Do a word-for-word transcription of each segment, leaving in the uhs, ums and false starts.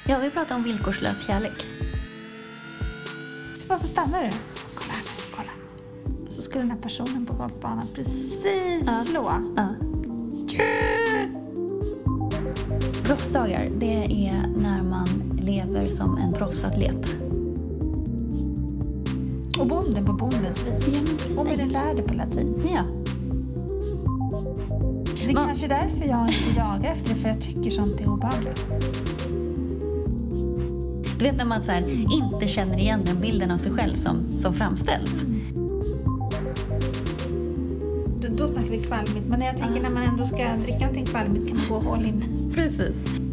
Ja, vi pratar om villkorslös kärlek. Så varför stannar du? Kolla här, kolla. Så skulle den här personen på golfbanan precis Ja. slå. Ja. Proffsdagar, det är när man lever som en proffsatlet. Och bonden på bondens vis. Ja, men precis. Och med den lärde på latin. Ja. Det är Man- kanske därför jag inte jagar efter det, för jag tycker sånt är obehagligt. Du vet när man så här, inte känner igen den bilden av sig själv som, som framställs. Då, då snackar vi kvalmigt. Men när jag tänker Ja. när man ändå ska dricka någonting kvalmigt kan man gå all in. Precis.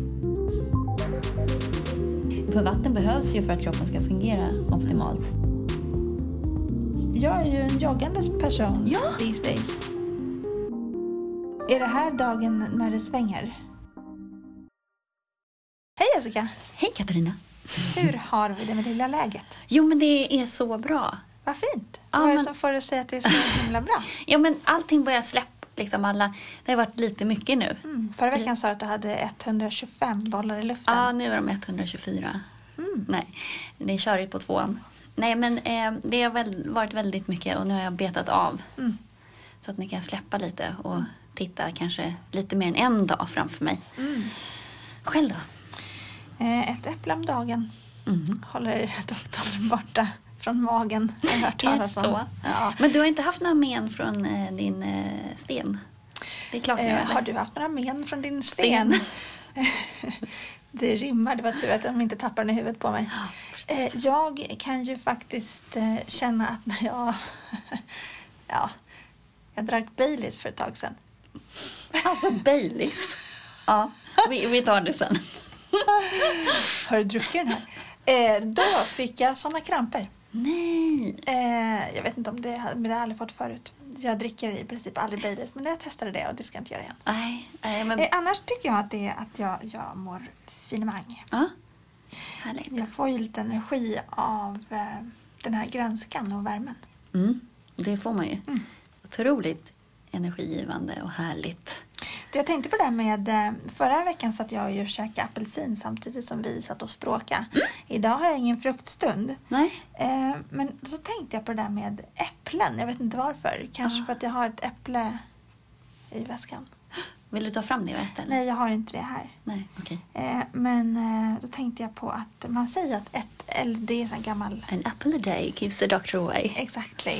För vatten behövs ju för att kroppen ska fungera optimalt. Jag är ju en joggandes person Ja. these days. Är det här dagen när det svänger? Hej Jessica! Hej Katarina. Hur har vi det med lilla läget? Jo, men det är så bra. Vad fint! Ja, Vad är det men- som får dig att säga att det är så himla bra? Ja, men allting börjar släppa. Liksom alla, det har varit lite mycket nu. Mm. Förra veckan sa du att du hade etthundratjugofem bollar i luften. Ja, nu är de etthundratjugofyra. Mm. Nej, det är körigt på tvåan. Nej, men eh, det har väl varit väldigt mycket och nu har jag betat av. Mm. Så att nu kan jag släppa lite och titta kanske lite mer än en dag framför mig. Mm. Själv då? Eh, ett äpple om dagen Mm. håller doktorn borta från magen. Jag har hört Är det talas om. så? Ja. Men du har inte haft några men från eh, din eh, sten? Det är klart nu, Eh, eller? har du haft några men från din sten? Sten. Det rimmar, det var tur att de inte tappar den i huvudet på mig. Ja, Eh, precis. jag kan ju faktiskt eh, känna att när jag... ja, jag drack Baileys för ett tag sedan. Alltså Baileys. Ja, vi, vi tar det sen. Har du druckit den här? Eh, då fick jag såna kramper. Nej. Eh, jag vet inte om det, men det har jag aldrig fått förut. Jag dricker i princip aldrig Baileys, men jag testade det och det ska jag inte göra igen. Nej, nej men... Eh, annars tycker jag att, det är att jag, jag mår finemang. Ja, härligt. Jag får ju lite energi av eh, den här grönskan och värmen. Mm, det får man ju. Mm. Otroligt energigivande och härligt. Jag tänkte på det här med, eh, förra veckan satt jag ju och käkade apelsin samtidigt som vi satt och språka. Mm. Idag har jag ingen fruktstund. Nej? Eh, men så tänkte jag på det där med äpplen. Jag vet inte varför. Kanske Ah. för att jag har ett äpple i väskan. Vill du ta fram det och äta? Eller? Nej, jag har inte det här. Nej, okej. Eh, men eh, då tänkte jag på att man säger att ett, eller det är en sån här gammal... An apple a day keeps the doctor away. Exactly.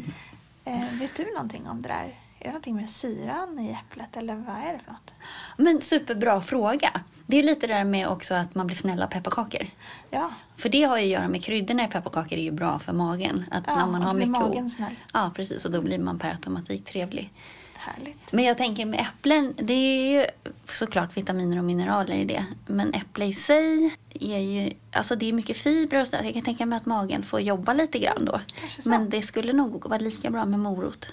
eh, vet du någonting om det där? Är det någonting med syran i äpplet eller vad är det för något? Men superbra fråga. Det är lite där med också att man blir snäll av pepparkakor. Ja, För det har ju att göra med kryddorna i pepparkakor är ju bra för magen. Att ja när man och har då blir mycket magen snäll. Ja, precis. Och då blir man per automatik trevlig. Härligt. Men jag tänker med äpplen, det är ju såklart vitaminer och mineraler i det. Men äpple i sig är ju, alltså det är mycket fibrer och så. Jag kan tänka mig att magen får jobba lite grann då. Kanske så. Men det skulle nog vara lika bra med morot.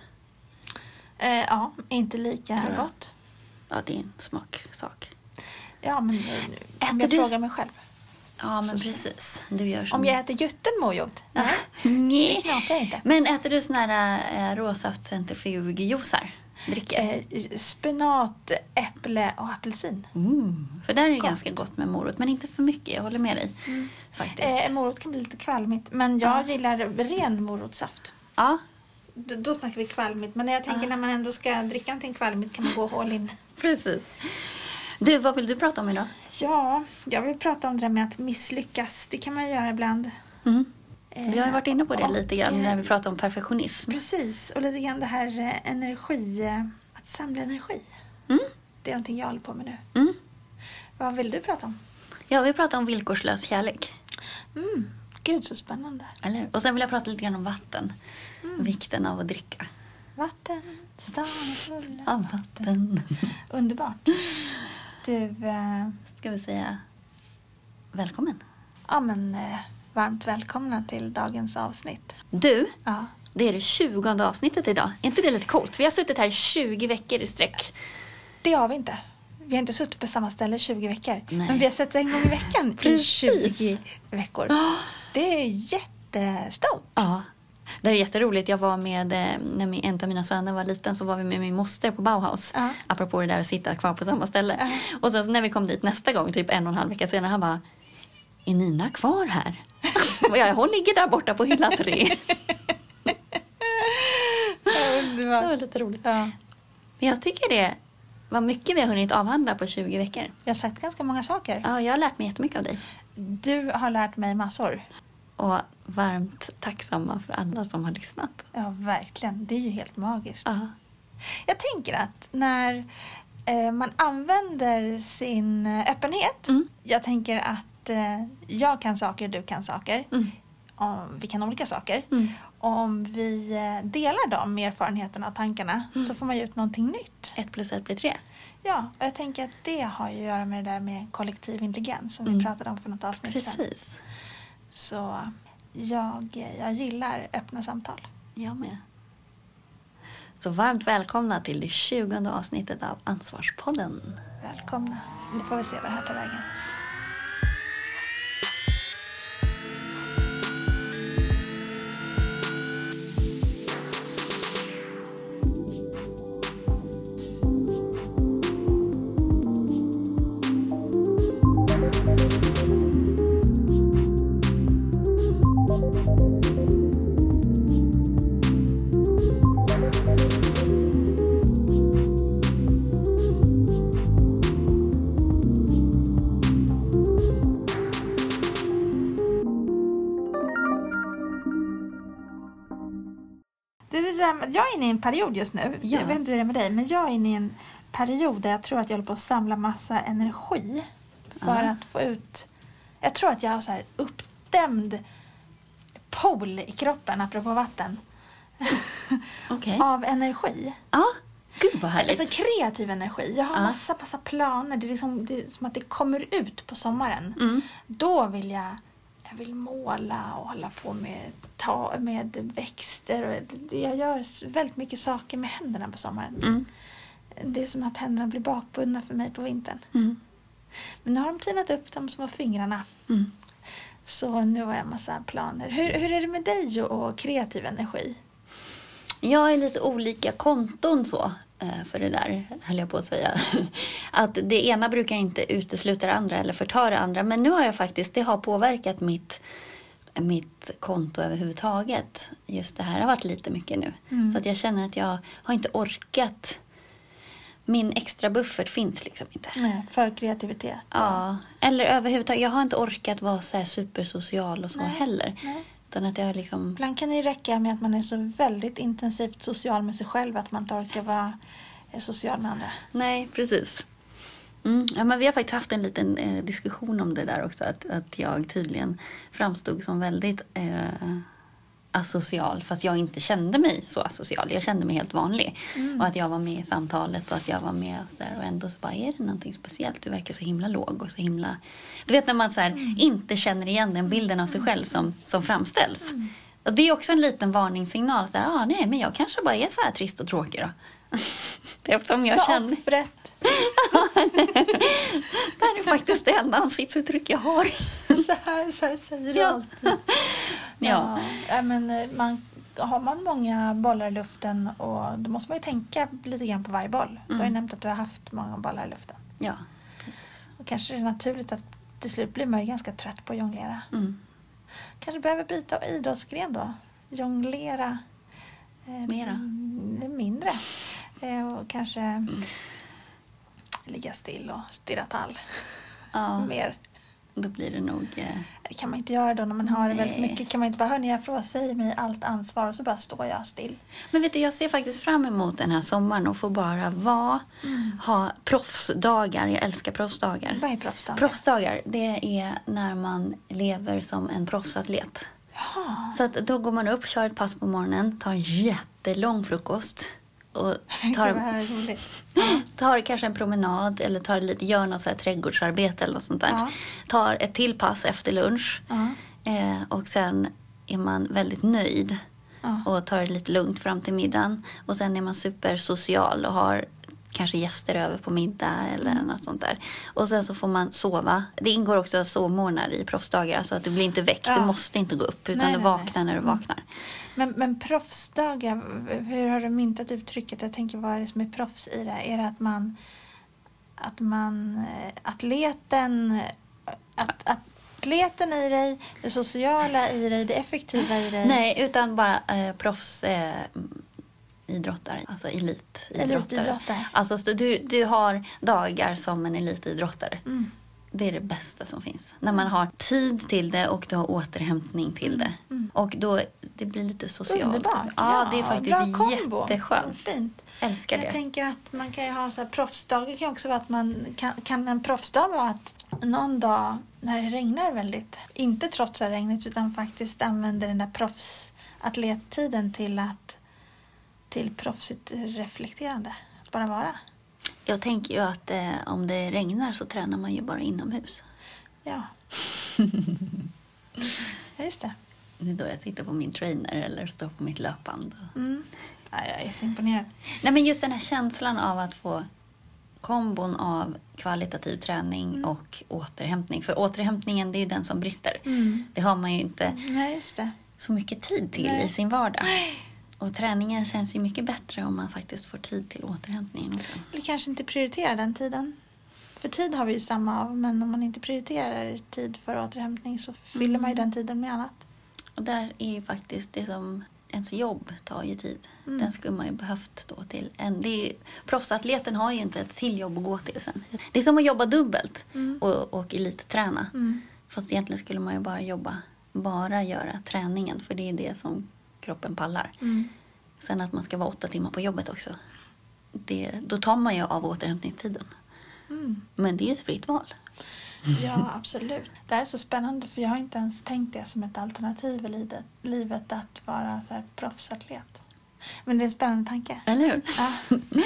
Eh, ja, inte lika Tror jag. gott. Ja, det är en smaksak. Ja, men eh, Äter om jag du- frågar mig själv. Ja, men Så- precis. Du gör som... Om jag äter juttenmojot? Ja. Nej, det Nej. knapar jag inte. Men äter du såna här äh, råsaftcentrifugjuicar? Dricker? Eh, spenat, äpple och apelsin. Mm. För där är det Gott. ganska gott med morot. Men inte för mycket, jag håller med dig. Faktiskt. Eh, morot kan bli lite kvalmigt, men jag Ja. gillar ren morotsaft. Ja, D- då snackar vi kvalmigt, men när jag tänker Ja. när man ändå ska dricka någonting kvalmigt kan man gå all in. precis. Du, vad vill du prata om idag? Ja, jag vill prata om det där med att misslyckas. Det kan man göra ibland. Mm. Eh, Vi har ju varit inne på det och, lite grann eh, när vi pratar om perfektionism. Precis, och lite grann det här eh, energi, eh, att samla energi. Mm. Det är någonting jag håller på med nu. Mm. Vad vill du prata om? Ja, vi pratar om villkorslös kärlek. Mm, gud så spännande. Eller? Och sen vill jag prata lite grann om vatten. Mm. Vikten av att dricka. Vatten, stan är fulla. Av vatten. Underbart. Du, eh, Ska vi säga välkommen. ja men eh, varmt välkomna till dagens avsnitt. Du, Ja. det är det tjugonde avsnittet idag. Är inte det lite coolt? Vi har suttit här i tjugo veckor i sträck. Det har vi inte. Vi har inte suttit på samma ställe i tjugo veckor. Nej. Men vi har sett en gång i veckan i Precis. tjugo veckor. Det är jättestort. Ja, det är jätteroligt. Jag var med, eh, när min, en av mina söner var liten så var vi med min moster på Bauhaus. Ja. Apropå det där att sitta kvar på samma ställe. Ja. Och sen så när vi kom dit nästa gång, typ en och en halv vecka senare, han bara, är Nina kvar här? Och jag, hon ligger där borta på hylla tre. Det var lite roligt. Ja. Men jag tycker det var mycket vi har hunnit avhandla på tjugo veckor. Jag har sagt ganska många saker. Ja, jag har lärt mig jättemycket av dig. Du har lärt mig massor. Och varmt tacksamma för alla som har lyssnat. Ja, verkligen. Det är ju helt magiskt. Ja. Jag tänker att när eh, man använder sin eh, öppenhet. Mm. Jag tänker att eh, jag kan saker, du kan saker. Mm. Om vi kan olika saker. Mm. Om vi eh, delar dem med erfarenheterna och tankarna Mm. så får man ju ut någonting nytt. Ett plus ett blir tre. Ja, och jag tänker att det har ju att göra med det där med kollektiv intelligens som Mm. vi pratade om för något avsnitt sedan. Precis. Så jag, jag gillar öppna samtal. Jag med. Så varmt välkomna till det tjugonde avsnittet av Ansvarspodden. Välkomna. Nu får vi se vad det här tar vägen. Jag är inne i en period just nu, Ja. jag vet inte hur det är med dig, men jag är inne i en period där jag tror att jag håller på att samla massa energi för Ja. att få ut, jag tror att jag har så här uppdämd pool i kroppen, apropå vatten, Okej. av energi. Ja, gud vad härligt. Alltså kreativ energi. Jag har Ja. massa, massa planer, det är, liksom, det är som att det kommer ut på sommaren. Mm. Då vill jag, jag vill måla och hålla på med, ta, med växter. Och det- jag gör väldigt mycket saker med händerna på sommaren. Mm. Det är som att händerna blir bakbundna för mig på vintern. Mm. Men nu har de tinat upp de små fingrarna. Mm. Så nu har jag massa planer. Hur, hur är det med dig och, och kreativ energi? Jag är lite olika konton så eh, för det där, höll jag på att säga. Att det ena brukar inte utesluta det andra eller förta det andra. Men nu har jag faktiskt, det har påverkat mitt, mitt konto överhuvudtaget. Just det här har varit lite mycket nu. Mm. Så att jag känner att jag har inte orkat. Min extra buffert finns liksom inte. Nej, för kreativitet. Ja, eller överhuvudtaget. Jag har inte orkat vara så här supersocial och så Nej. heller. Nej. Utan att jag liksom... Ibland kan det ju räcka med att man är så väldigt intensivt social med sig själv att man inte orkar vara eh, social med andra. Nej, precis. Mm. Ja, men vi har faktiskt haft en liten eh, diskussion om det där också. Att, att jag tydligen framstod som väldigt eh, asocial. Fast jag inte kände mig så asocial. Jag kände mig helt vanlig. Mm. Och att jag var med i samtalet och att jag var med och så där. Och ändå så bara, är det någonting speciellt? Du verkar så himla låg och så himla... Du vet när man så här, Mm. inte känner igen den bilden av sig själv som, som framställs. Mm. Och det är också en liten varningssignal. Så där, ah, nej, men jag kanske bara är så här trist och tråkig då. Eftersom jag så känner... offret. Det här är faktiskt det enda ansiktsuttryck jag har. Så här, så här säger du Ja. alltid. Ja. Ja, men eh, man, har man många bollar i luften och då måste man ju tänka lite grann på varje boll. Du har ju Mm. nämnt att du har haft många bollar i luften. Ja, precis. Och kanske det är naturligt att till slut blir man ju ganska trött på att jonglera. Mm. Kanske behöver byta idrottsgren då. Jonglera. Eh, Mera. mm, Mindre. Eh, och kanske Mm. ligga still och stirra tall. Ja, Mer. då blir det nog... Eh, Det kan man inte göra då när man har det väldigt Nej. mycket. Kan man inte bara, hörni, jag frågar mig allt ansvar och så bara står jag still. Men vet du, jag ser faktiskt fram emot den här sommaren och få bara vara, Mm. ha proffsdagar. Jag älskar proffsdagar. Vad är proffsdagar? Proffsdagar, det är när man lever som en proffsatlet. Jaha. Så att då går man upp, kör ett pass på morgonen, tar en jättelång frukost och Gud, vad tar, här är roligt. tar kanske en promenad eller tar lite, gör något så här trädgårdsarbete eller något sånt där. Ja. Tar ett till pass efter lunch Ja. eh, och sen är man väldigt nöjd Ja. och tar det lite lugnt fram till middagen. Och sen är man supersocial och har kanske gäster över på middag eller Mm. något sånt där. Och sen så får man sova. Det ingår också sovmorgnar i proffsdagar. Alltså att du blir inte väckt. Ja. Du måste inte gå upp utan Nej, du nej, vaknar nej. när du Mm. vaknar. Men, men proffsdagar, hur har du myntat uttrycket? Jag tänker, vad är det som är proffs i det? Är det att man, att man, eh, atleten, att, att atleten i dig, det sociala i dig, det effektiva i dig? Nej, utan bara eh, proffs... Eh, idrottare, alltså elitidrottare. elitidrottare. Alltså så du, du har dagar som en elitidrottare. Mm. Det är det bästa som finns. När man har tid till det och du har återhämtning till det. Mm. Och då det blir lite socialt. Underbart. Ja, det är bra faktiskt kombo. jätteskönt. Fint. Älskar det. Jag tänker att man kan ju ha så här proffsdagar. Det kan också vara att man kan, kan en proffsdag vara att någon dag när det regnar väldigt, inte trotsar regnet utan faktiskt använder den där proffsatlettiden till att till proffsigt reflekterande. Att bara vara. Jag tänker ju att eh, om det regnar så tränar man ju bara inomhus. Ja. Ja, just det. Det är då jag sitter på min trainer eller står på mitt löpband. Mm. Ja, jag är så imponerad. Nej, men just den här känslan av att få kombon av kvalitativ träning mm. och återhämtning. För återhämtningen, det är ju den som brister. Mm. Det har man ju inte Nej, just det. så mycket tid till Nej. i sin vardag. Och träningen känns ju mycket bättre om man faktiskt får tid till återhämtningen också. Eller kanske inte prioritera den tiden. För tid har vi ju samma av, men om man inte prioriterar tid för återhämtning så fyller Mm. man ju den tiden med annat. Och där är ju faktiskt det som ens jobb tar ju tid. Mm. Den skulle man ju behövt då till en. Det är, proffsatleten har ju inte ett till jobb att gå till sen. Det är som att jobba dubbelt Mm. och, och elitträna. Mm. Fast egentligen skulle man ju bara jobba, bara göra träningen. För det är det som kroppen pallar. Mm. Sen att man ska vara åtta timmar på jobbet också. Det, då tar man ju av återhämtningstiden. Mm. Men det är ju ett fritt val. Ja, absolut. Det här är så spännande för jag har inte ens tänkt det som ett alternativ i livet, livet att vara så här proffsatlet. Men det är en spännande tanke. Eller hur? Ja.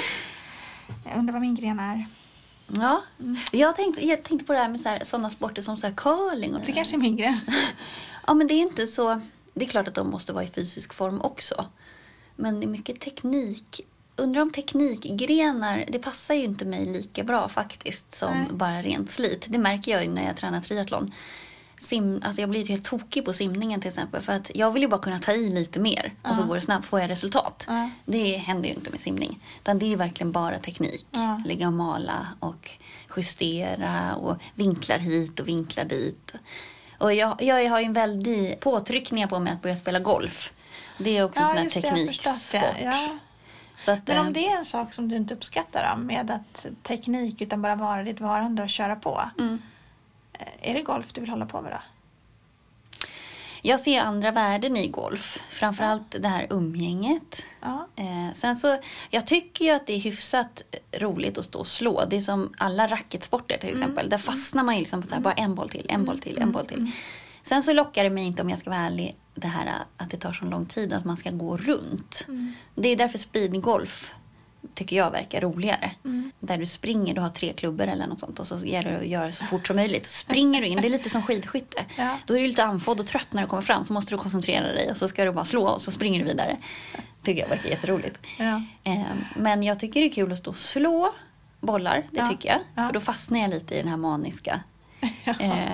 Jag undrar vad min gren är. Ja. Mm. Jag, tänkte, jag tänkte på det här med så här, sådana sporter som så här curling. Och Det kanske är min gren. Ja, men det är inte så... Det är klart att de måste vara i fysisk form också. Men det är mycket teknik. Undrar om teknikgrenar, det passar ju inte mig lika bra faktiskt som Nej. bara rent slit. Det märker jag ju när jag tränar triathlon. Sim, alltså jag blir ju helt tokig på simningen till exempel. För att jag vill ju bara kunna ta i lite mer. Och så Ja. går det snabbt, får jag resultat. Ja. Det händer ju inte med simning. Utan det är ju verkligen bara teknik. Ja. Ligga och mala och justera och vinklar hit och vinklar dit. Och jag, jag har ju en väldig påtryckning på mig att börja spela golf. Det är också en sån här just det, jag har förstått tekniksport. det. Ja. Så att, Men om eh, det är en sak som du inte uppskattar då, med att teknik utan bara vara ditt varande och köra på. mm. Är det golf du vill hålla på med då? Jag ser andra värden i golf. Framförallt det här umgänget. Ja. Eh, sen så, jag tycker ju att det är hyfsat roligt att stå och slå. Det är som alla racketsporter till exempel. Mm. Där fastnar man ju liksom på så här, bara en boll till, en boll till, en Mm. boll till. Mm. Sen så lockar det mig inte, om jag ska vara ärlig, det här att det tar så lång tid att man ska gå runt. Mm. Det är därför speedgolf tycker jag verkar roligare. Mm. Där du springer, du har tre klubbor eller något sånt och så gäller det att göra så fort som möjligt. Så springer du in, det är lite som skidskytte. Ja. Då är du lite andfådd och trött när du kommer fram, så måste du koncentrera dig och så ska du bara slå och så springer du vidare. Tycker jag verkar jätteroligt. Ja. Eh, men jag tycker det är kul att stå och slå bollar, det Ja. tycker jag. Ja. För då fastnar jag lite i den här maniska. Eh,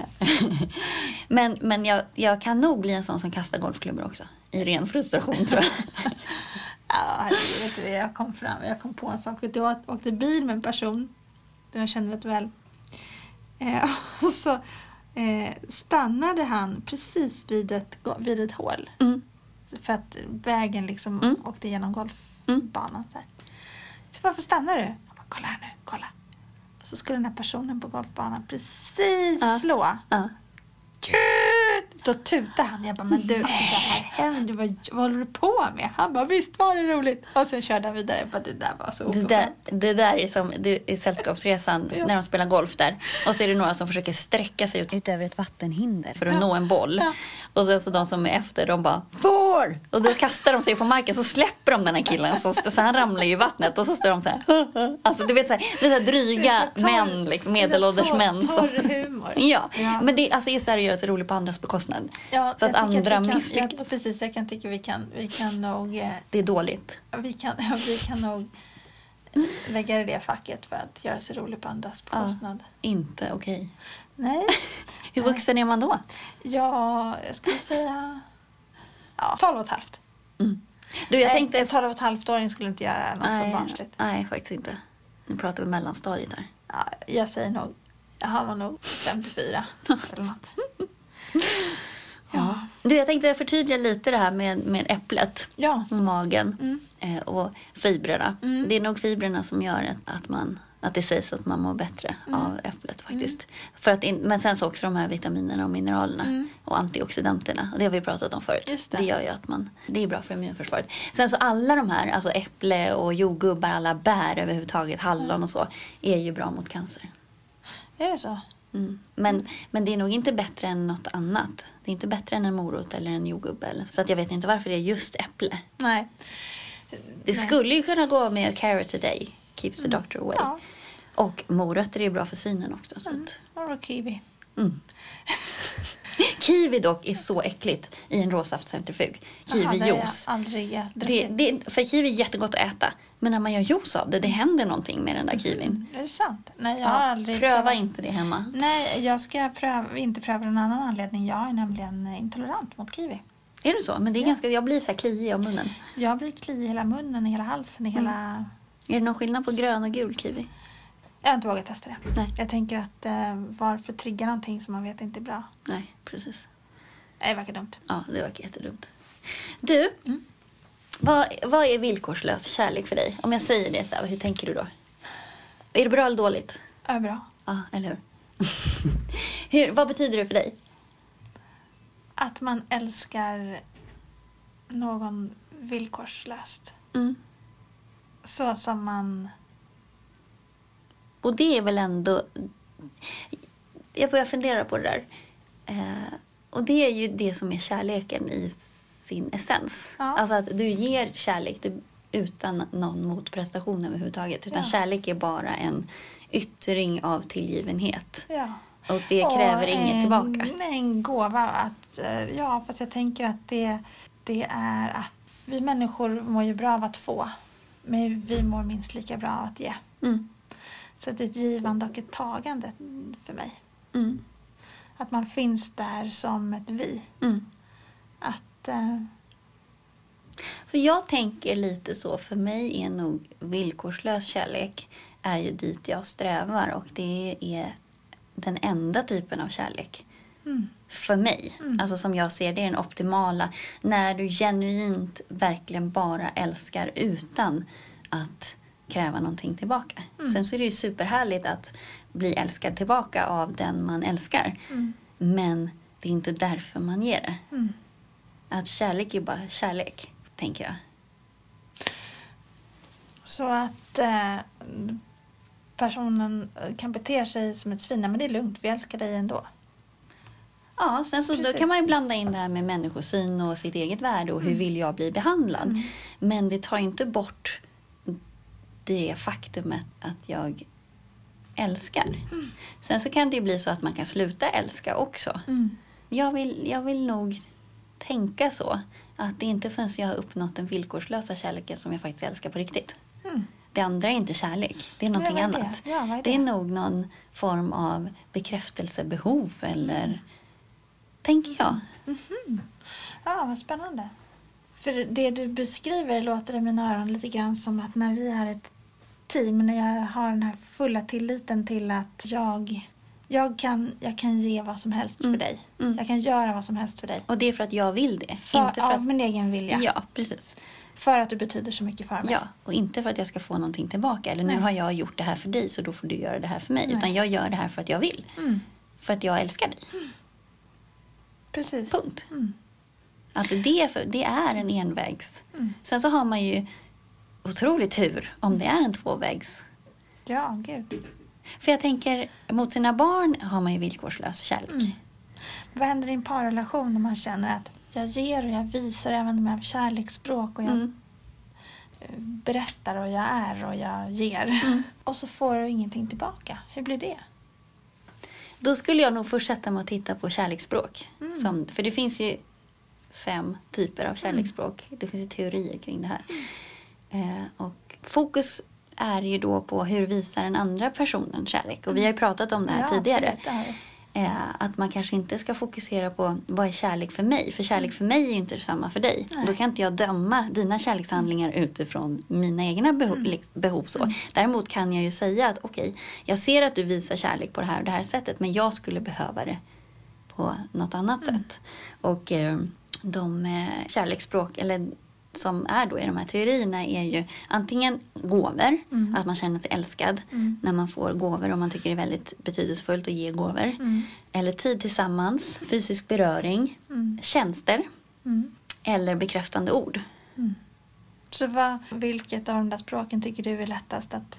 men men jag, jag kan nog bli en sån som kastar golfklubbor också. I ren frustration tror jag. Ja, herregud, vet du, jag kom fram, jag kom på en sak. Vet du, jag åkte bil med en person, jag känner rätt väl. Eh, och så eh, stannade han precis vid ett, vid ett hål. Mm. För att vägen liksom Mm. åkte igenom golfbanan. Så, här. Så varför stannar du? Jag bara, kolla här nu, kolla. Och så skulle den här personen på golfbanan precis Ja. slå. Ja. Då tutade han. Jag bara, men du, alltså, det här händer. Vad, vad håller du på med? Han bara, visst var det roligt. Och sen körde han vidare. Bara, det där var så Det där, oförskämt. det där är som det, i Sällskapsresan Ja. när de spelar golf där. Och så är det några som försöker sträcka sig ut, ut över ett vattenhinder för att Ja. nå en boll. Ja. Och sen så de som är efter, de bara får! Och då kastar de sig på marken, så släpper de den här killen. Så, så han ramlar ju i vattnet och så står de så här. Alltså du vet så här, det är så här dryga Det är så torr- män, liksom, medelålders torr- män. Som, torr humor. ja. Ja. Men det, alltså just det här att göra sig rolig på andras bekostnad. Ja, Så att jag tycker andra vi kan, misslyckas. jag, precis, jag kan tycka vi kan, vi kan nog eh, Det är dåligt. vi kan, vi kan nog lägga i det facket för att göra sig rolig på andras Ja. bekostnad. Inte okej. Nej. Hur vuxen är man då? Ja, jag skulle säga ja, tolv och ett halvt. Mm. Du, jag Nej, tänkte... en tolv och ett halvt-åring skulle inte göra något så barnsligt. Nej, faktiskt inte. Nu pratar vi mellanstadiet här. Ja, jag säger nog, han var nog femtiofyra eller något. Ja. Du, jag tänkte förtydliga lite det här med, med äpplet Ja. och magen Mm. eh, och fibrerna. Mm. Det är nog fibrerna som gör att, att, man, att det sägs att man mår bättre Mm. av äpplet faktiskt. För att in, men sen så också de här vitaminerna och mineralerna Mm. och antioxidanterna. Och det har vi pratat om förut. Just det. det gör ju att man, det är bra för immunförsvaret. Sen så alla de här, alltså äpple och jordgubbar, alla bär överhuvudtaget, hallon och så, är ju bra mot cancer. Är det så? Mm. Men, men det är nog inte bättre än något annat. Det är inte bättre än en morot eller en jordgubbe. Eller. Så att jag vet inte varför det är just äpple. Nej. Det Nej. skulle ju kunna gå med carrot a day. Keeps the doctor away. Ja. Och morötter är ju bra för synen också. Så Mm. att, Och kiwi. mm. Kiwi dock är så äckligt i en råsaftcentrifug. Jaha, det har jag Kiwi-juice. aldrig Det, druckit. det, för kiwi är jättegott att äta. Men när man gör juice av det, det händer någonting med den där kiwin. Är det sant? Nej, jag Ja, har aldrig pröva prövat. inte det hemma. Nej, jag ska pröva, inte pröva en annan anledning. Jag är nämligen intolerant mot kiwi. Är det så? Men det är Ja. ganska, jag blir så här kliig om munnen. Jag blir kli i hela munnen, i hela halsen, i Mm. hela... Är det någon skillnad på grön och gul kiwi? Jag har inte vågat testa det. Nej. Jag tänker att eh, varför trigga någonting som man vet inte är bra? Nej, precis. Nej, det verkar dumt. Ja, det verkar jättedumt. Du, Mm. vad, vad är villkorslös kärlek för dig? Om jag säger det så här, hur tänker du då? Är det bra eller dåligt? Ja, bra. Ja, eller hur? hur? Vad betyder det för dig? Att man älskar någon villkorslöst. Mm. Så som man... Och det är väl ändå... Jag börjar fundera på det där. Eh, och det är ju det som är kärleken i sin essens. Ja. Alltså att du ger kärlek det, utan någon motprestation överhuvudtaget. Utan Ja. kärlek är bara en yttring av tillgivenhet. Ja. Och det kräver Och inget en, tillbaka. En gåva att... eh, Ja, fast jag tänker att det, det är att vi människor mår ju bra av att få. Men vi mår minst lika bra av att ge. Mm. Så det är ett givande och ett tagande för mig. Mm. Att man finns där som ett vi. Mm. Att... Eh, För jag tänker lite så, för mig är nog villkorslös kärlek är ju dit jag strävar. Och det är den enda typen av kärlek. mm, För mig. Mm. Alltså som jag ser det är den optimala. När du genuint verkligen bara älskar utan att kräva någonting tillbaka. Mm. Sen så är det ju superhärligt att bli älskad tillbaka av den man älskar. mm, Men det är inte därför man ger det. mm. Att kärlek är bara kärlek, tänker jag. Så att eh, personen kan bete sig som ett svin. Men det är lugnt, vi älskar dig ändå. Ja, sen så då Precis. kan man ju blanda in det här med människosyn och sitt eget värde och hur vill jag bli behandlad. Mm. Men det tar inte bort det faktumet att jag älskar. Mm. Sen så kan det ju bli så att man kan sluta älska också. Mm. Jag vill, jag vill nog tänka så. Att det inte förrän jag har uppnått den villkorslösa kärleken som jag faktiskt älskar på riktigt. Mm. Det andra är inte kärlek. Det är någonting Ja, vad är annat. det? Ja, vad är Det det? är nog någon form av bekräftelsebehov eller... Tänker jag. Ja, vad spännande. För det du beskriver låter i mina öron lite grann som att när vi är ett team, när jag har den här fulla tilliten till att jag, jag, kan, jag kan ge vad som helst Mm. för dig. Mm. Jag kan göra vad som helst för dig. Och det är för att jag vill det. För, inte för av att... min egen vilja. Ja, precis. För att du betyder så mycket för mig. Ja, och inte för att jag ska få någonting tillbaka. Eller nu Nej. har jag gjort det här för dig så då får du göra det här för mig. Nej. Utan jag gör det här för att jag vill. Mm. För att jag älskar dig. Precis. Punkt. Mm. Att det, är för, det är en envägs. Mm. Sen så har man ju otrolig tur om det är en tvåvägs. Ja, gud. För jag tänker, mot sina barn har man ju villkorslös kärlek. Mm. Vad händer i en parrelation när man känner att jag ger och jag visar även de här kärleksspråk och jag Mm. berättar och jag är och jag ger. Mm. Och så får du ingenting tillbaka. Hur blir det? Då skulle jag nog fortsätta med att titta på kärleksspråk. Mm. Som, för det finns ju fem typer av kärleksspråk. Det finns ju teorier kring det här. Eh, och fokus är ju då på hur visar den andra personen kärlek. Och vi har ju pratat om det här Ja, tidigare. absolut, det har vi. Eh, att man kanske inte ska fokusera på vad är kärlek för mig. För kärlek för mig är ju inte detsamma för dig. Nej. Då kan inte jag döma dina kärlekshandlingar utifrån mina egna behov. Mm. liksom, behov så. Däremot kan jag ju säga att okej, jag ser att du visar kärlek på det här och det här sättet. Men jag skulle behöva det på något annat Mm. sätt. Och eh, de eh, kärleksspråk, eller som är då i de här teorierna, är ju antingen gåvor, Mm. att man känner sig älskad Mm. när man får gåvor och man tycker det är väldigt betydelsefullt att ge gåvor. Mm. Eller tid tillsammans, fysisk beröring, Mm. tjänster Mm. eller bekräftande ord. Så vad, vilket av de där språken tycker du är lättast att...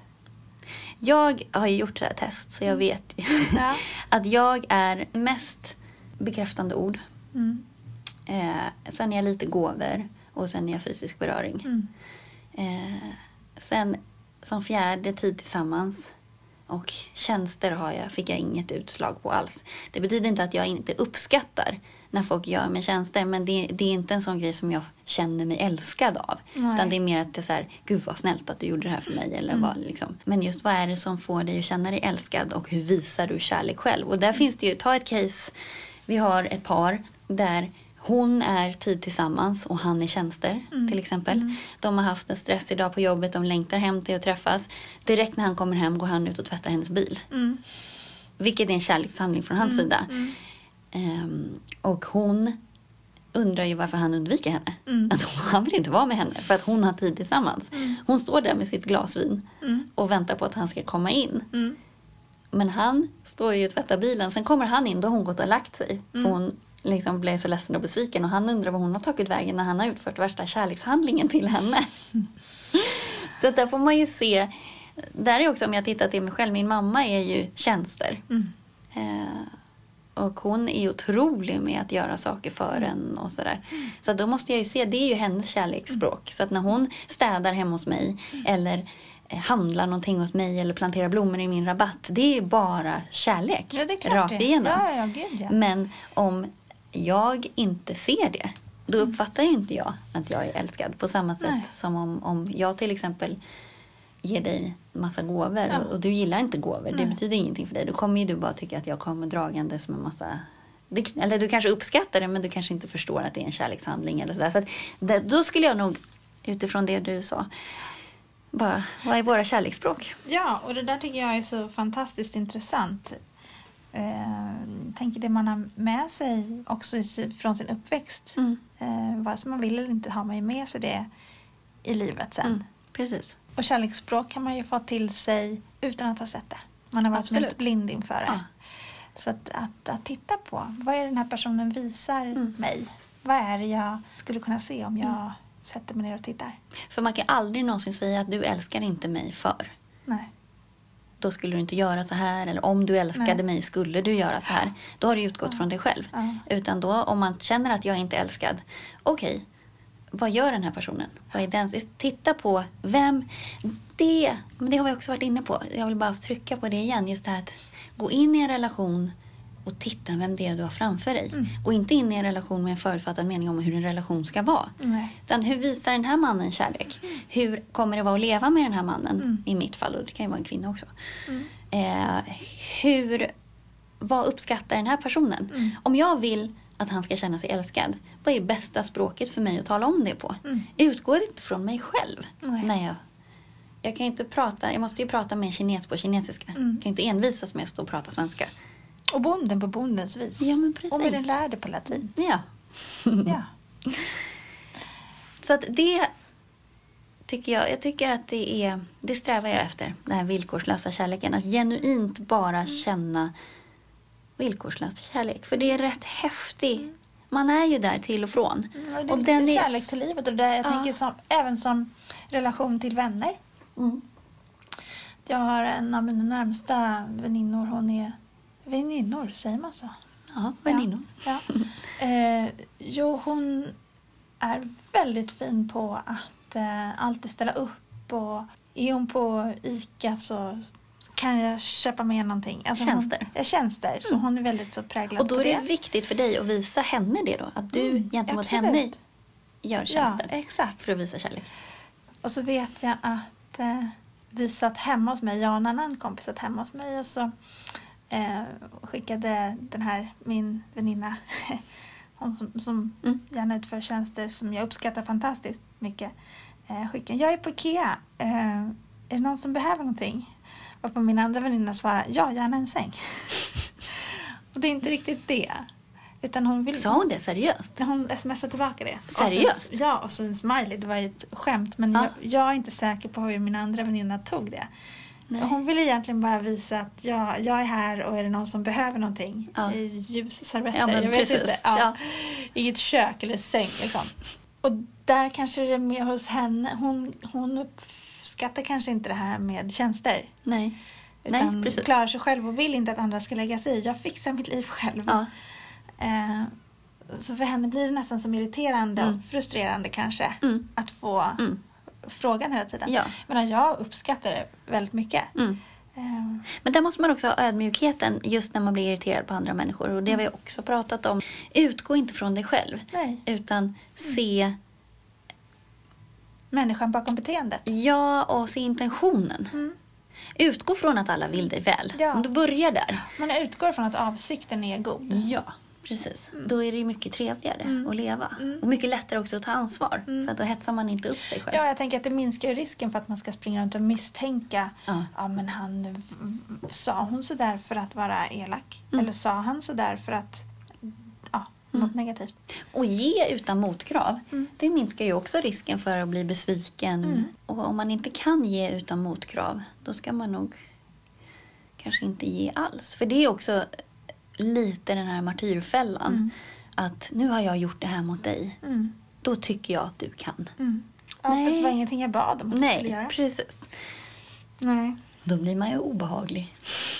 Jag har ju gjort det här test så jag vet ju Ja. att jag är mest bekräftande ord. Mm. Eh, sen är jag lite gåvor och sen är jag fysisk beröring. Mm. Eh, sen som fjärde tid tillsammans och tjänster har jag, fick jag inget utslag på alls. Det betyder inte att jag inte uppskattar när folk gör mig tjänster, men det, det är inte en sån grej som jag känner mig älskad av. Nej. Utan det är mer att det är så här, gud vad snällt att du gjorde det här för mig. Eller Mm. vad, liksom. Men just vad är det som får dig att känna dig älskad och hur visar du kärlek själv? Och där finns det ju, ta ett case, vi har ett par där hon är tid tillsammans och han är tjänster Mm. till exempel. Mm. De har haft en stressig dag på jobbet, de längtar hem till att träffas. Direkt när han kommer hem går han ut och tvättar hennes bil. Mm. Vilket är en kärlekshandling från hans Mm. sida. Mm. Ehm, och hon undrar ju varför han undviker henne. Mm. Att han vill inte vara med henne för att hon har tid tillsammans. Mm. Hon står där med sitt glasvin Mm. och väntar på att han ska komma in. Mm. Men han står ju och tvättar bilen. Sen kommer han in, då har hon gått och lagt sig. För Mm. hon liksom blev så ledsen och besviken. Och han undrar vad hon har tagit vägen när han har utfört värsta kärlekshandlingen till henne. Mm. Så där får man ju se. Där är också, om jag tittar till mig själv, min mamma är ju tjänster. Mm. Eh, och hon är otrolig med att göra saker för en och sådär. Mm. Så då måste jag ju se, det är ju hennes kärleksspråk. Så att när hon städar hemma hos mig Mm. eller eh, handlar någonting hos mig eller planterar blommor i min rabatt. Det är bara kärlek. Ja, det är klart rakt det. igenom. Ja, ja, gud ja. Men om jag inte ser det, då Mm. uppfattar ju inte jag att jag är älskad. På samma sätt Nej. som om, om jag till exempel ger dig massa gåvor Ja. och, och du gillar inte gåvor. Det Nej. betyder ingenting för dig. Då kommer ju du bara tycka att jag kommer dragande som en massa... Det, eller du kanske uppskattar det, men du kanske inte förstår att det är en kärlekshandling eller sådär. Så att det, då skulle jag nog, utifrån det du sa, bara, vad är våra kärleksspråk? Ja, och det där tycker jag är så fantastiskt intressant. Eh, tänker det man har med sig också i, si- från sin uppväxt. Mm. Eh, vare sig man vill eller inte har man ju med sig det i livet sen. Mm. Precis. Och kärleksspråk kan man ju få till sig utan att ha sett det. Man har varit som Absolut. helt blind inför det. Ja. Så att, att, att titta på, vad är det den här personen visar Mm. mig? Vad är det jag skulle kunna se om jag sätter mig ner och tittar? För man kan aldrig någonsin säga att du älskar inte mig för. Nej. Då skulle du inte göra så här. Eller om du älskade Nej. mig skulle du göra så här. Då har du utgått Ja. från dig själv. Ja. Utan då, om man känner att jag inte är älskad. Okej, vad gör den här personen? Vad är den? Titta på vem... Det, men det har vi också varit inne på. Jag vill bara trycka på det igen. Just det här att gå in i en relation och titta vem det är du har framför dig. Mm. Gå inte in i en relation med en förutfattad mening om hur en relation ska vara. Nej. Utan hur visar den här mannen kärlek? Hur kommer det vara att leva med den här mannen? Mm. I mitt fall, och det kan ju vara en kvinna också. Mm. Eh, hur, vad uppskattar den här personen? Mm. Om jag vill att han ska känna sig älskad, vad är det bästa språket för mig att tala om det på? Mm. Utgår inte från mig själv. Nej. När jag, jag kan ju inte prata, jag måste ju prata med en kines på kinesiska. Mm. Jag kan ju inte envisas med att stå och prata svenska. Och bonden på bondens vis. Ja, men precis. Och med den lärde på latin. Ja. Ja. Så att det tycker jag, jag tycker att det är, det strävar jag efter, den här villkorslösa kärleken. Att genuint bara känna villkorslös kärlek. För det är rätt häftigt. Man är ju där till och från. Mm, och det Och är den är- kärlek till livet. Och det där jag Ja. tänker som, även som relation till vänner. Mm. Jag har en av mina närmsta väninnor. Hon är väninnor, säger man så? Ja, väninnor. Ja. Eh, jo, hon är väldigt fin på att eh, alltid ställa upp. Och är hon på ICA så kan jag köpa med någonting. Alltså Tjänster. Hon, ja, tjänster. Så Mm. hon är väldigt så präglad Och då på är det det. viktigt för dig att visa henne det då. Att du Mm, gentemot absolut. henne gör Ja, tjänster. exakt. För att visa kärlek. Och så vet jag att eh, vi satt hemma hos mig. Jag och en annan kompis satt hemma hos mig. Och så eh, skickade den här, min väninna, hon som, som Mm. gärna utför tjänster som jag uppskattar fantastiskt mycket. Eh, skickade, jag är på IKEA. Eh, är det någon som behöver någonting? Och på min andra väninna svarade, ja, gärna en säng. Och det är inte riktigt det. Utan hon vill... Sa hon det seriöst? Hon smsade tillbaka det. Seriöst? Och sen, ja, och så en smiley. Det var ju ett skämt. Men Ja. jag, jag är inte säker på hur mina andra väninnor tog det. Nej. Hon ville egentligen bara visa att jag, jag är här och är det någon som behöver någonting. Ja. I ljusservetter. Ja, men jag vet precis. inte. Ja. Ja. I ett kök eller säng liksom. Och där kanske det är mer hos henne. Hon, hon uppskattar kanske inte det här med tjänster. Nej. Utan Nej, precis. klarar sig själv och vill inte att andra ska lägga sig i. Jag fixar mitt liv själv. Ja. Eh, så för henne blir det nästan som irriterande och Mm. frustrerande kanske. Mm. Att få Mm. frågan hela tiden. Ja. Men jag uppskattar det väldigt mycket. Mm. Eh, Men där måste man också ha ödmjukheten just när man blir irriterad på andra människor. Och det har vi också pratat om. Utgå inte från dig själv. nej. Utan se, Människan bakom beteendet. ja, och se intentionen. Mm. Utgå från att alla vill dig väl. Ja. Om du börjar där. Man utgår från att avsikten är god. Ja, precis. Då är det ju mycket trevligare Mm. att leva. Mm. Och mycket lättare också att ta ansvar. Mm. För att då hetsar man inte upp sig själv. Ja, jag tänker att det minskar ju risken för att man ska springa runt och misstänka. Ja. Ja, men han v- v- sa hon så där för att vara elak? Mm. Eller sa han så där för att ja, något negativt? Och ge utan motkrav, Mm. det minskar ju också risken för att bli besviken. Mm. Och om man inte kan ge utan motkrav, då ska man nog kanske inte ge alls. För det är också lite den här martyrfällan. Mm. Att nu har jag gjort det här mot dig. Mm. Då tycker jag att du kan. Mm. Ja, Nej. för det var ingenting jag bad om att jag skulle Nej, göra. precis. Nej. Då blir man ju obehaglig.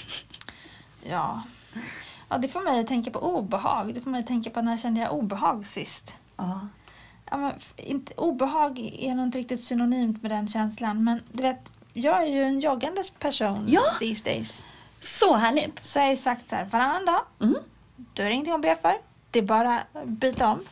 Ja. Ja, det får mig att tänka på obehag. Det får mig att tänka på när kände jag obehag sist. Ja. Ja, men, f- inte, obehag är nog inte riktigt synonymt med den känslan. Men du vet, jag är ju en joggandes person Ja. these days. Så härligt. Så jag har ju sagt så här, varannan dag, Mm. då är det ingenting att be för. Det är bara att byta om.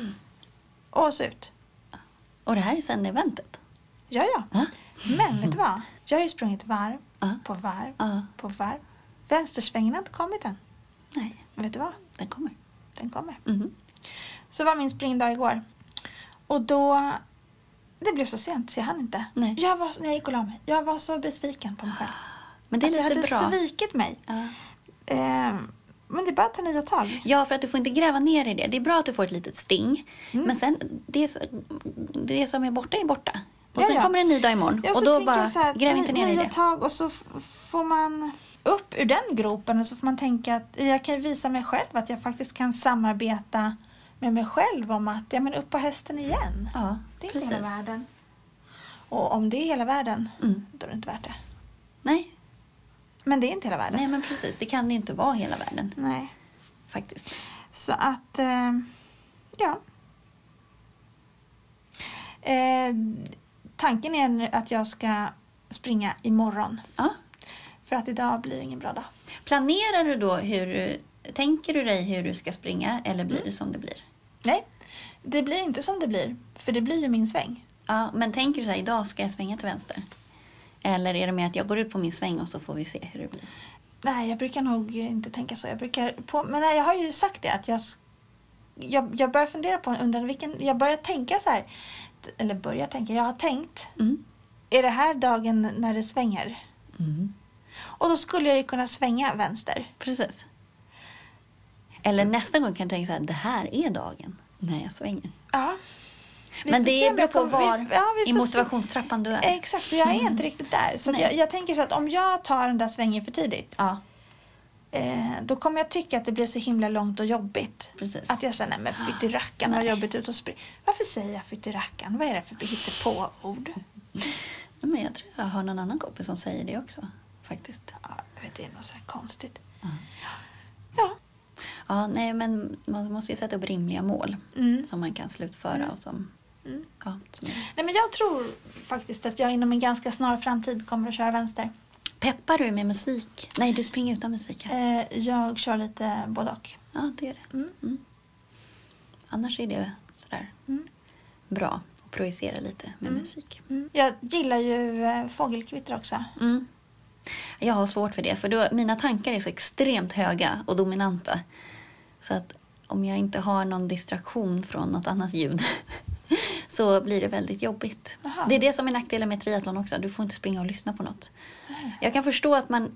Och så ut. Och det här är sen eventet. Ja, ja. Ja. Men vet du vad? Jag har ju sprungit varv Ja. på varv Ja. på varv. Vänstersvängen har inte kommit än. Nej, Men vet du vad? den kommer. Den kommer. Mhm. Så var min springdag igår. Och då... Det blev så sent så jag hann inte. Nej. Jag var, när jag gick och la mig. Jag var så besviken på mig själv. Men det är Att jag lite hade bra. svikit mig. Ja. Eh, men det är bara att ta nya tag. Ja, för att du får inte gräva ner i det. Det är bra att du får ett litet sting. Mm. Men sen, det, det som är borta är borta. Och Ja, sen ja. kommer en ny dag imorgon. Jag och så då tänker bara, jag så här, gräv inte ner i nya det. tag och så f- får man upp ur den gropen och så får man tänka att jag kan visa mig själv att jag faktiskt kan samarbeta med mig själv om att ja, men upp på hästen igen. Ja, Det är precis. inte hela världen. Och om det är hela världen, Mm. då är det inte värt det. Nej, Men det är inte hela världen. nej, men precis. Det kan det inte vara hela världen. Nej. Faktiskt. Så att, eh, ja. Eh, tanken är nu att jag ska springa imorgon. Ja. För att idag blir det ingen bra dag. Planerar du då hur... Tänker du dig hur du ska springa eller blir det som det blir? Nej, det blir inte som det blir. För det blir ju min sväng. Ja, men tänker du så här, idag ska jag svänga till vänster? Eller är det mer att jag går ut på min sväng och så får vi se hur det blir? Nej, jag brukar nog inte tänka så. Jag brukar på, men nej, jag har ju sagt det att jag, s- jag, jag börjar fundera på under vilken... Jag börjar tänka så här. Eller börjar tänka, jag har tänkt. Mm. Är det här dagen när det svänger? Mm. Och då skulle jag ju kunna svänga vänster. Precis. Eller nästa gång kan jag tänka så här, det här är dagen när jag svänger. Ja. Vi Men får se det om beror jag på kommer- var vi- ja, vi i får se. motivationstrappan du är. Exakt, och jag är inte riktigt där. Så att Nej. jag, jag tänker så att om jag tar den där svängen för tidigt. Ja, Eh, då kommer jag tycka att det blir så himla långt och jobbigt. precis. Att jag säger, nej men fyttirackan vad Nej. jobbigt ut och springa. Varför säger jag fyttirackan? Vad är det för hittepå-ord? Men jag tror jag har någon annan kompis som säger det också. Faktiskt. Ja, jag vet, det är något så här konstigt. Ja. Ja. Ja, nej, men man måste ju sätta upp rimliga mål. Mm. Som man kan slutföra Mm. och som... Mm. Ja, som är... Nej, men jag tror faktiskt att jag inom en ganska snar framtid kommer att köra vänster. Peppar du med musik? Nej, du springer utan musik här. Eh, jag kör lite både och. Ja, det är det. Mm. Mm. Annars är det sådär Mm. bra att projicera lite med Mm. musik. Mm. Jag gillar ju eh, fågelkvitter också. Mm. Jag har svårt för det, för då, mina tankar är så extremt höga och dominanta. Så att om jag inte har någon distraktion från något annat ljud så blir det väldigt jobbigt. Aha. Det är det som är nackdelen med triathlon också. Du får inte springa och lyssna på något. Jag kan förstå att man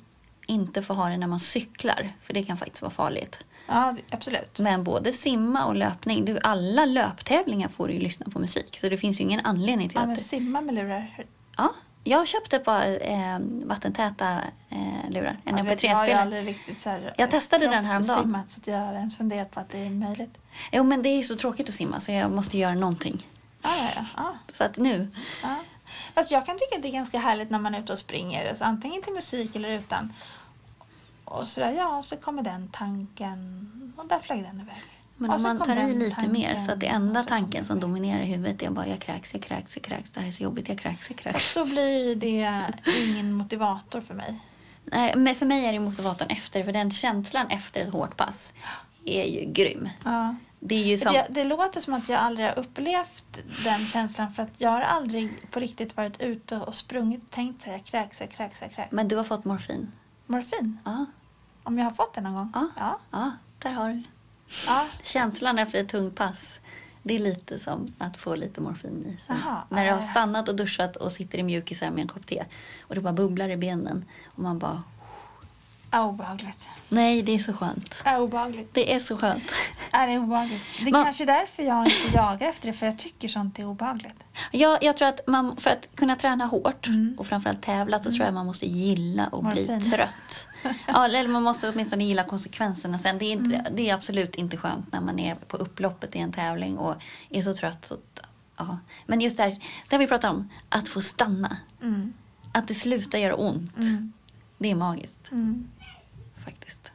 inte får ha det när man cyklar. För det kan faktiskt vara farligt. Ja, absolut. Men både simma och löpning. Du, alla löptävlingar får du ju lyssna på musik. Så det finns ju ingen anledning till Ja, att... men Du... simma med lurar. Ja, jag köpte ett par eh, vattentäta eh, lurar. En Ja, M P jag har ju tre-spelare. aldrig riktigt så här, Jag testade den häromdagen. simmat, så att jag har ens funderat på att det är möjligt. Jo, men det är ju så tråkigt att simma så jag måste göra någonting. Ja, ja, ja. ja. Så att nu... ja. Fast jag kan tycka att det är ganska härligt när man är ute och springer. Alltså, antingen till musik eller utan. Och så där, ja, så kommer den tanken. Och där flög den iväg. Men och om så man kom tar i den lite tanken, mer så att det enda och så tanken kom som den. dominerar i huvudet är bara jag kräks, jag kräks, jag kräks. Det här är så jobbigt, jag kräks, jag Och kräks. så blir det ingen motivator för mig. Nej, men för mig är det motivatorn efter. För den känslan efter ett hårt pass är ju grym. Ja. Det är ju som... Det, det låter som att jag aldrig har upplevt den känslan. För att jag har aldrig på riktigt varit ute och sprungit och tänkt sig jag kräks, jag kräks, jag kräks. Men du har fått morfin. Morfin? Ja, Om jag har fått det någon gång? Ja. Ja. ja där har du. ja. Känslan efter ett tungt pass. Det är lite som att få lite morfin i sig. Aha, När du har ja, ja. stannat och duschat och sitter i mjukisar med en kopp te. Och det bara bubblar i benen. Och man bara... Ja, obehagligt. Nej, det är så skönt. Ja, obehagligt. Det är så skönt. Ja, det är obehagligt. Det är Man- kanske är därför jag inte jagar efter det. För jag tycker sånt är obehagligt. Jag, jag tror att man, för att kunna träna hårt Mm. och framförallt tävla så tror jag man måste gilla och bli Morfin. trött. Ja, eller man måste åtminstone gilla konsekvenserna sen. Det är, inte, Mm. det är absolut inte skönt när man är på upploppet i en tävling och är så trött. Så, att- ja. Men just där, det har vi pratat om, att få stanna. Mm. Att det slutar göra ont. Mm. Det är magiskt Mm. faktiskt.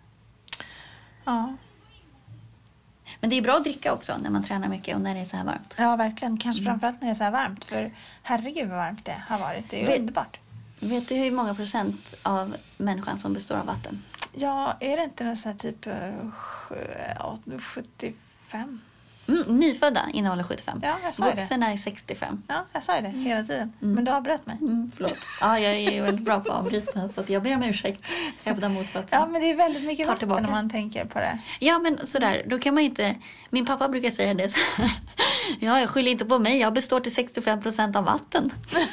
Ja. Men det är bra att dricka också när man tränar mycket och när det är så här varmt. ja, verkligen. Kanske Mm. framförallt när det är så här varmt. För herregud vad varmt det har varit. Det är Vet- underbart. Vet du hur många procent av människan som består av vatten? Ja, är det inte en sån här typ eh, sj- ja, sjuttiofem? Mm, nyfödda innehåller sjuttiofem. Ja, jag sa ju det. Vuxna är sextiofem. Ja, jag sa ju det hela tiden. Men du avbröt mig. Mm, förlåt. Ja, jag är ju väldigt bra på att avbryta så att jag ber om ursäkt. Hävda motsatsen. Ja, men det är väldigt mycket Tar vatten tillbaka. när man tänker på det. Ja, men sådär. Då kan man ju inte... Min pappa brukar säga det så här. Ja, jag skyller inte på mig. Jag består till sextiofem procent av vatten.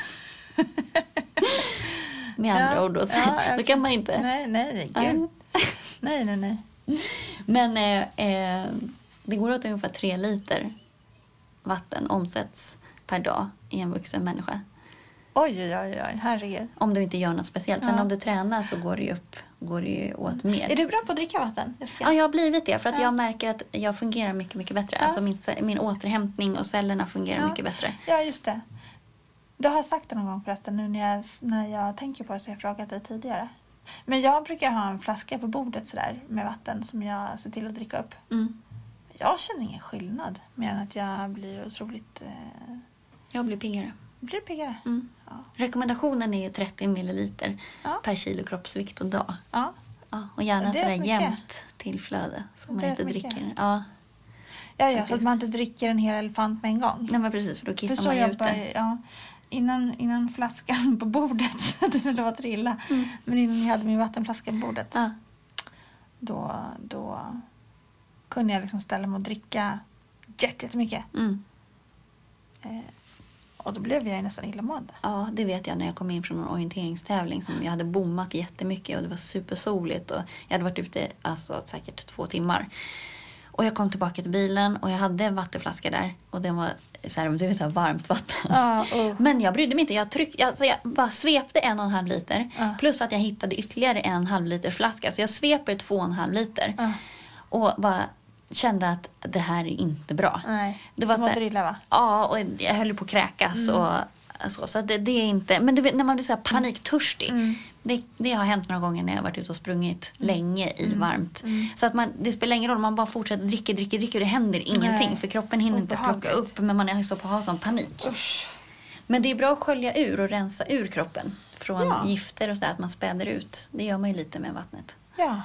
Med andra Ja, ord då. Så, ja, jag- då kan man inte... Nej, nej, gud. Nej, nej, nej. Men eh, eh, det går åt ungefär tre liter vatten omsätts per dag i en vuxen människa. Oj, oj, oj, oj. Herregud. Om du inte gör något speciellt. Sen Ja. om du tränar så går det ju upp, går det ju åt mer. Är du bra på att dricka vatten, Jessica? Ja, jag har blivit det. För att Ja. jag märker att jag fungerar mycket, mycket bättre. Ja. Alltså min, min återhämtning och cellerna fungerar Ja. mycket bättre. Ja, just det. Du har sagt det någon gång förresten, nu när jag, när jag tänker på det så har jag frågat dig tidigare. Men jag brukar ha en flaska på bordet sådär med vatten som jag ser till att dricka upp. Mm. Jag känner ingen skillnad, mer än att jag blir otroligt... Eh, Jag blir piggare. blir piggare. Mm. Ja. Rekommendationen är ju trettio milliliter Ja. per kilo kroppsvikt och dag. Ja. Ja, och gärna Det är sådär mycket. jämnt tillflöde. Så Det man är inte mycket. dricker. Ja. Ja, ja, så Faktiskt. att man inte dricker en hel elefant med en gång. Nej, men precis. För då För kissar så man ju jobbar ute. jag, ja. Innan, innan flaskan på bordet, det låter illa, Mm. men innan jag hade min vattenflaska på bordet, Ja. då, då kunde jag liksom ställa mig och dricka jätte- jättemycket. Mm. Eh, och då blev jag ju nästan illamående. Ja, det vet jag när jag kom in från en orienteringstävling som jag hade bommat jättemycket och det var supersoligt och jag hade varit ute alltså säkert två timmar. Och jag kom tillbaka till bilen och jag hade en vattenflaska där och den var så här, det var så här varmt vatten. Ja, och, Men jag brydde mig inte. Jag, tryck, alltså jag bara svepte en och en halv liter. Ja. Plus att jag hittade ytterligare en halv liter flaska. Så jag sveper två och en halv liter. ja, Och bara kände att det här är inte bra. nej, Det var du så här- mådde illa va? Ja, och jag höll på att kräkas. Mm. Och, så så att det, det är inte... Men du vet, när man blir så här paniktörstig. Mm. Det, det har hänt några gånger när jag har varit ute och sprungit länge i varmt. Mm. Så att man, det spelar ingen roll om man bara fortsätter dricka, dricka, dricka och det händer ingenting. Nej. För kroppen hinner inte plocka Obehagligt. upp. Men man är så på att ha sån panik. Usch. Men det är bra att skölja ur och rensa ur kroppen från Ja. gifter och så där, att man späder ut. Det gör man ju lite med vattnet. Ja.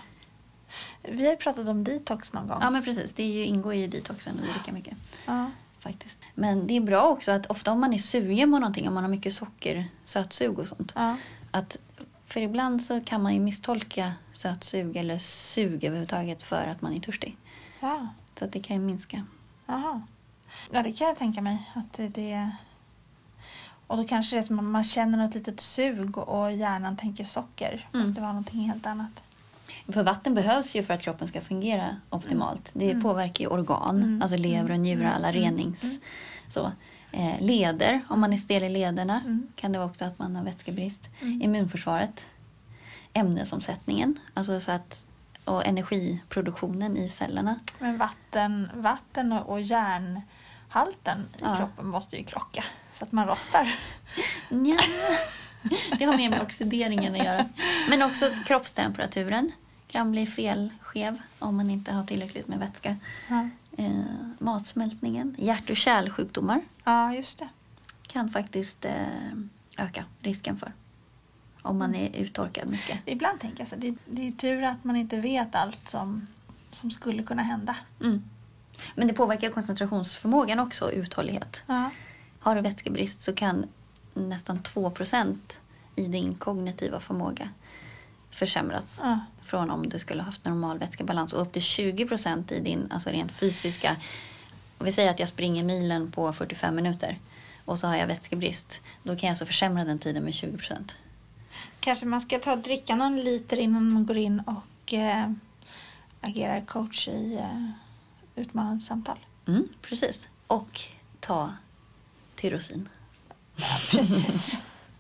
Vi har ju pratat om detox någon gång. Ja, men precis. Det är ju, ingår ju i detoxen att dricka mycket. Ja. Faktiskt. Men det är bra också att ofta om man är sugen på någonting, om man har mycket socker, sötsug och sånt. Ja. Att, för ibland så kan man ju misstolka sötsug eller sug överhuvudtaget för att man är törstig. Ja. Så att det kan ju minska. Jaha. Ja, det kan jag tänka mig. Att det, det... Och då kanske det är som att man känner något litet sug och hjärnan tänker socker. Mm. Fast det var någonting helt annat. För vatten behövs ju för att kroppen ska fungera optimalt. Det Mm. påverkar ju organ, Mm. alltså lever och njurar, alla Mm. renings... Mm. Så. Eh, leder, om man är stel i lederna, Mm. kan det vara också att man har vätskebrist. Mm. Immunförsvaret, ämnesomsättningen, alltså så att, och energiproduktionen i cellerna. Men vatten, vatten och, och järnhalten i Ja. kroppen måste ju krocka. Så att man rostar. Ja. Det har mer med oxideringen att göra. Men också kroppstemperaturen kan bli felskev om man inte har tillräckligt med vätska. Ja, Eh, matsmältningen, hjärt- och kärlsjukdomar ja just det. kan faktiskt eh, öka risken för. Om man är uttorkad mycket. Ibland tänker jag så. Det, det är tur att man inte vet allt som, som skulle kunna hända. Mm. Men det påverkar koncentrationsförmågan också och uthållighet. Ja. Har du vätskebrist så kan nästan två procent i din kognitiva förmåga försämras. Ja. Från om du skulle ha haft normal vätskebalans. Och upp till tjugo procent i din alltså rent fysiska. Om vi säger att jag springer milen på fyrtiofem minuter. Och så har jag vätskebrist. Då kan jag alltså försämra den tiden med tjugo procent. Kanske man ska ta och dricka någon liter innan man går in och eh, agerar coach i eh, utmanande samtal. Mm, precis. Och ta tyrosin. Precis.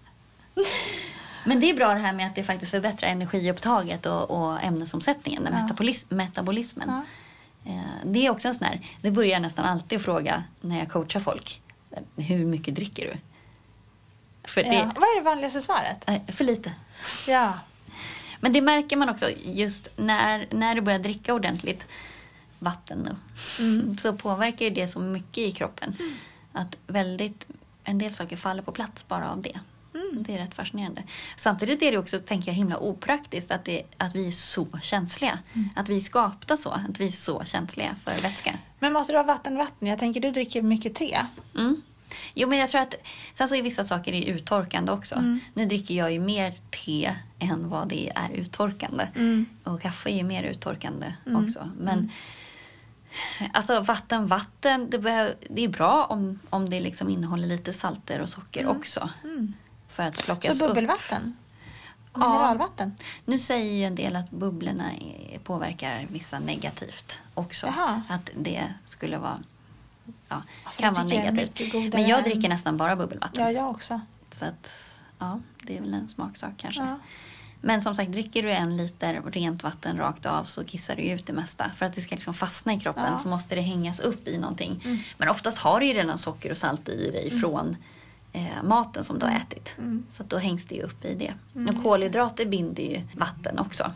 Men det är bra det här med att det faktiskt förbättrar energiupptaget och, och ämnesomsättningen, Ja. metabolis, metabolismen. Ja. Eh, det är också en sån här, det börjar jag nästan alltid fråga när jag coachar folk. Så här, hur mycket dricker du? För, det, Ja. Vad är det vanligaste svaret? eh, för lite. Ja. Men det märker man också just när, när du börjar dricka ordentligt vatten nu, Mm. så påverkar ju det så mycket i kroppen. Att väldigt, en del saker faller på plats bara av det. Mm. Det är rätt fascinerande. Samtidigt är det också, tänker jag, himla opraktiskt att, det, att vi är så känsliga. Mm. Att vi är skapta så. Att vi är så känsliga för vätska. Men måste du ha vatten, vatten? Jag tänker du dricker mycket te. Mm. Jo, men jag tror att sen så är vissa saker är uttorkande också. Mm. Nu dricker jag ju mer te än vad det är uttorkande. Mm. Och kaffe är ju mer uttorkande Mm. också. Men Mm. alltså vatten, vatten, det, behöv, det är bra om, om det liksom innehåller lite salter och socker Mm. också. Mm. För att plockas Så upp. bubbelvatten? Ja. Mineralvatten? Nu säger ju en del att bubblorna är, påverkar vissa negativt också. Jaha. Att det skulle vara, ja, för kan det vara tycker jag är negativt. mycket godare Men jag än- dricker nästan bara bubbelvatten. Ja, jag också. Så att, ja, det är väl en smaksak kanske. Ja. Men som sagt, dricker du en liter rent vatten rakt av så kissar du ut det mesta. För att det ska liksom fastna i kroppen Ja. så måste det hängas upp i någonting. Mm. Men oftast har du ju redan socker och salt i dig från eh, maten som du har ätit. Mm. Så att då hängs det ju upp i det. Mm, och just kolhydrater binder ju vatten också.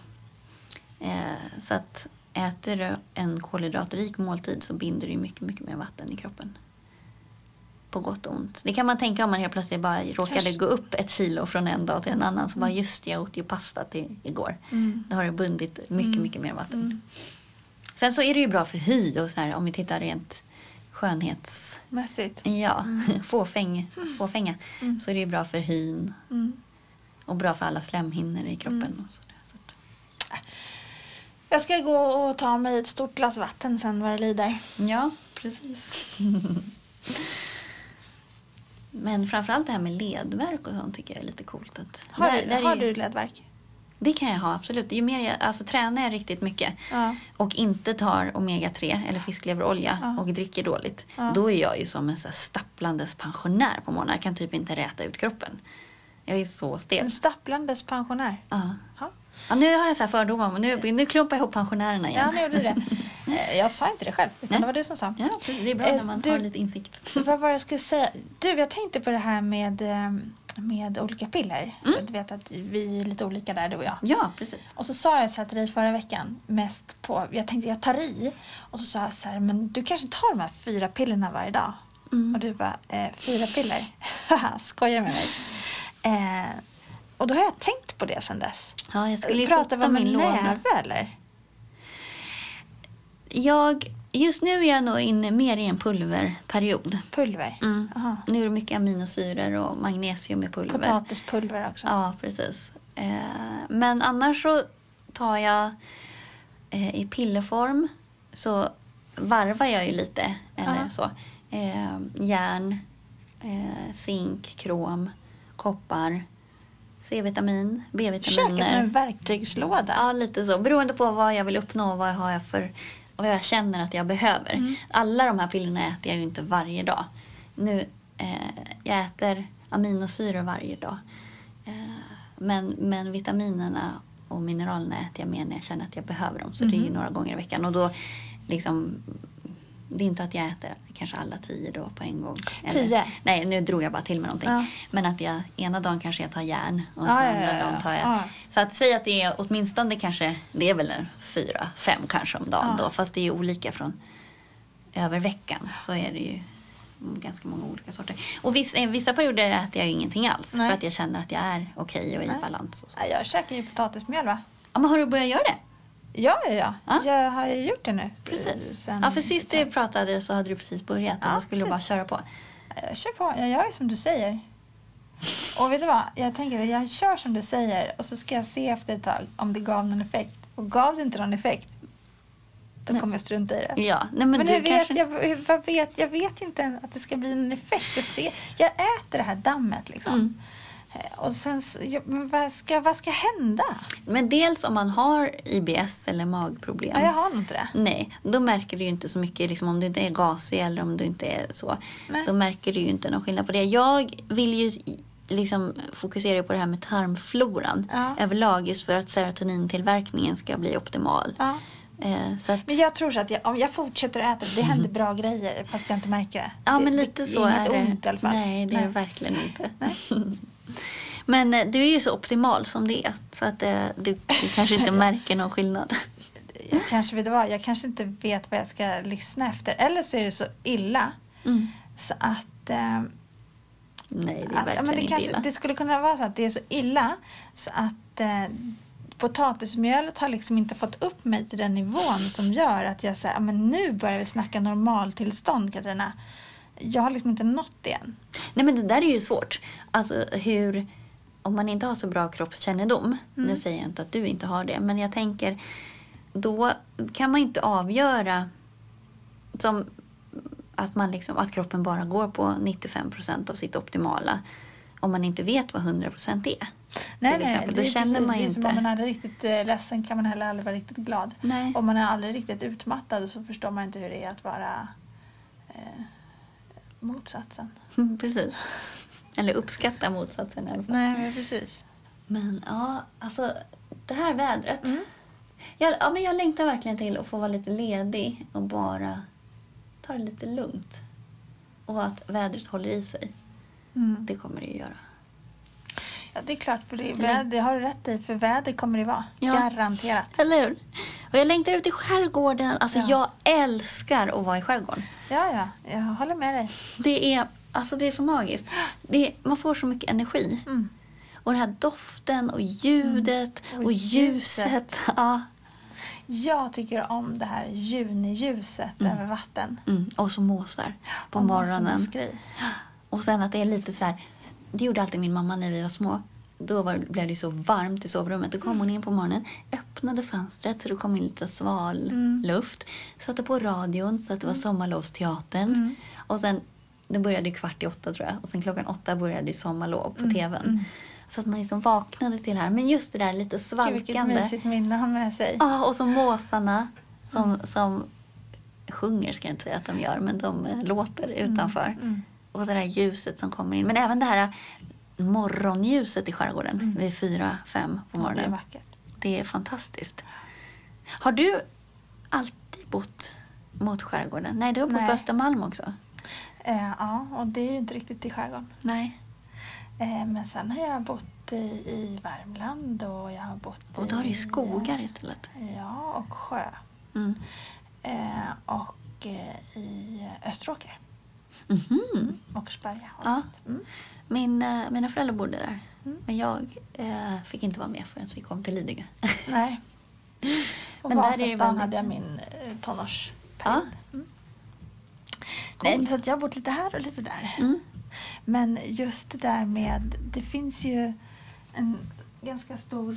Eh, så att äter du en kolhydratrik måltid så binder du ju mycket, mycket mer vatten i kroppen. På gott och ont. Det kan man tänka om man helt plötsligt bara råkade Kanske. gå upp ett kilo från en dag till en annan. Så bara just jag åt ju pasta till igår. Mm. Då har det bundit mycket, Mm. mycket mer vatten. Mm. Sen så är det ju bra för hy och så här, om vi tittar rent skönhets... Mässigt. Ja, fåfäng, fåfänga. Mm. Så är det ju bra för hyn Mm. och bra för alla slemhinnor i kroppen. Mm. Och så där. Så att, Jag ska gå och ta mig ett stort glas vatten sen vad det lider. ja, precis. Men framförallt det här med ledvärk och sånt tycker jag är lite coolt. Att Har, där- du, där är har ju- du ledvärk? Det kan jag ha, absolut. Ju mer jag alltså, tränar jag riktigt mycket Ja. och inte tar omega tre eller fiskleverolja Ja. och dricker dåligt. Ja. Då är jag ju som en så här stapplandes pensionär på morgonen. Jag kan typ inte räta ut kroppen. Jag är så stel. En stapplandes pensionär. Ja. Ja. Ja, nu har jag så här fördomar, men nu, nu klumpar jag ihop pensionärerna igen. Ja, nu gjorde du det. Eh, Jag sa inte det själv, utan Nej. det var du som sa. Ja, precis. Det är bra Eh, när man du- har lite insikt. Så vad var det jag skulle säga? Du, jag tänkte på det här med, eh, med olika piller. Mm. Du vet att vi är lite olika där, du och jag. Ja, precis. Och så sa jag så här till dig förra veckan, mest på, jag tänkte jag tar i. Och så sa jag så här, men du kanske tar de här fyra pillerna varje dag. Mm. Och du bara, eh, fyra piller? Haha, skojar med mig. Eh, och då har jag tänkt på det sedan dess. Ja, jag skulle ju Pratar fota vi om en min låda. näve eller? Jag, just nu är jag nog inne mer i en pulverperiod. Pulver? Mm. Aha. Nu är det mycket aminosyror och magnesium i pulver. Potatispulver också? Ja, precis. Eh, men annars så tar jag eh, i pillerform så varvar jag ju lite eller Ja. så. Eh, järn, eh, zink, krom, koppar, C-vitamin, Käka B-vitaminer. som en verktygslåda. Ja, lite så. Beroende på vad jag vill uppnå och vad jag har för, och vad jag känner att jag behöver. Mm. Alla de här pillerna äter jag ju inte varje dag. Nu, eh, jag äter aminosyror varje dag. Eh, men, men vitaminerna och mineralerna äter jag mer när jag känner att jag behöver dem. Så Mm. det är ju några gånger i veckan. Och då liksom... Det är inte att jag äter kanske alla tio då på en gång. Eller, Tio? nej, nu drog jag bara till med någonting. Ja. Men att jag ena dagen kanske jag tar järn och så Ja, ja, andra ja, ja. dagen tar jag... Ja. Så att säga att det är åtminstone kanske, det är väl en fyra, fem kanske om dagen Ja. då. Fast det är ju olika från över veckan så är det ju ganska många olika sorter. Och vissa, vissa perioder äter jag ju ingenting alls. Nej. För att jag känner att jag är okej och i Nej. balans. Och så. Ja, jag käkar ju potatismjöl va? Ja, men har du börjat göra det? Ja, ja, ja. Ja. Jag har ju gjort det nu. Precis. Sen- Ja, för sist vi pratade så hade du precis börjat och Ja, då skulle du bara precis. köra på. Jag kör på. Jag gör ju som du säger. Och vet du vad? Jag tänker att jag kör som du säger och så ska jag se efter ett tag om det gav någon effekt. Och gav det inte någon effekt, då Nej. kommer jag strunta i det. Ja, nej men, Men du hur vet kanske... jag, hur, vad vet, jag vet inte än att det ska bli någon effekt. Jag, ser, jag äter det här dammet liksom. Mm. Eh, Och sen, så- ja, men vad ska, vad ska hända? Men dels om man har I B S eller magproblem. Ja, jag har nog inte det. Nej, då märker du ju inte så mycket liksom, om du inte är gasig eller om du inte är så. Nej. Då märker du ju inte någon skillnad på det. Jag vill ju liksom fokusera på det här med tarmfloran Ja. överlag just för att serotonintillverkningen ska bli optimal. Ja. Eh, så att, Men jag tror så att jag, om jag fortsätter att äta, det händer bra grejer fast jag inte märker det. ja, det, men lite det, så inget är det. ont i alla fall. Nej, det är Nej. det verkligen inte. Men eh, du är ju så optimal som det är. Så att eh, du, du kanske inte märker någon skillnad. Jag kanske, vet du vad, jag kanske inte vet vad jag ska lyssna efter. Eller så är det så illa Mm. så att... Eh, Nej, det är att ja, verkligen men det, inte kanske, illa. det skulle kunna vara så att det är så illa så att eh, potatismjölet har liksom inte fått upp mig till den nivån som gör att jag säger, ja, men nu börjar vi snacka normaltillstånd, Katarina. Jag har liksom inte nått det än. Nej, men det där är ju svårt. Alltså hur... Om man inte har så bra kroppskännedom. Mm. Nu säger jag inte att du inte har det. Men jag tänker... Då kan man inte avgöra... Som att, man liksom, att kroppen bara går på nittiofem procent av sitt optimala. Om man inte vet vad hundra procent är. Nej, till nej, exempel. det Då är känner precis, man ju det är som inte. om man är riktigt eh, ledsen kan man heller aldrig vara riktigt glad. Nej. Om man är aldrig riktigt utmattad så förstår man inte hur det är att vara eh, motsatsen. Precis. Eller uppskatta motsatsen i alla fall. Nej, men precis. Men ja, alltså det här vädret. Mm. Jag, ja, men jag längtar verkligen till att få vara lite ledig och bara ta det lite lugnt. Och att vädret håller i sig. Mm. Det kommer det ju göra. Ja, det är klart, för det, Det- väder, det har du rätt i, för väder kommer det vara. Ja. Garanterat. Eller hur? Och jag längtar ut i skärgården. Alltså Ja. jag älskar att vara i skärgården. Ja, ja, jag håller med dig. Det är, alltså det är så magiskt. Det är, man får så mycket energi. Mm. Och den här doften och ljudet Mm. Och och, ljuset. ljuset. Ja. Jag tycker om det här juniljuset över vatten. Mm. Och så måsar på Och morgonen. mossarnas grej. Och sen att det är lite så här. Det gjorde alltid min mamma när vi var små. Då var, blev det så varmt i sovrummet. Då kom hon in på morgonen, öppnade fönstret så det kom in lite sval Mm. luft. Satte på radion så att det var Sommarlovsteatern. Mm. Och sen, det började kvart i åtta tror jag. Och sen klockan åtta började Sommarlov på Mm, tvn. mm. Så att man liksom vaknade till det här. Men just det där lite Gud, vilket svalkande. mysigt minne han med sig. Ja, och så måsarna som, som sjunger ska jag inte säga att de gör. Men de eh, låter utanför. Mm. Och så det här ljuset som kommer in. Men även det här morgonljuset i skärgården. Mm. Vid fyra, fem på Ja, det är morgonen. vackert. Det är fantastiskt. Har du alltid bott mot skärgården? Nej, du har bott Nej. på Östermalm också. Eh, ja, och det är ju inte riktigt i skärgården. Nej. Eh, men sen har jag bott i, i Värmland och jag har bott Och då har du i... ju skogar istället. Ja, och sjö. Mm. Eh, och eh, i Österåker. Mhm. Åkersberga. har Ja. jag bott. Mm. Min, eh, mina föräldrar bodde där. Mm. Men jag eh, fick inte vara med förrän vi kom till Lidingö. Nej. Och Men där är det Vasastan väldigt- hade jag min eh, tonårsperiod. Ja. Mm. Nej, men så att jag har bott lite här och lite där. Mm. Men just det där med... Det finns ju en ganska stor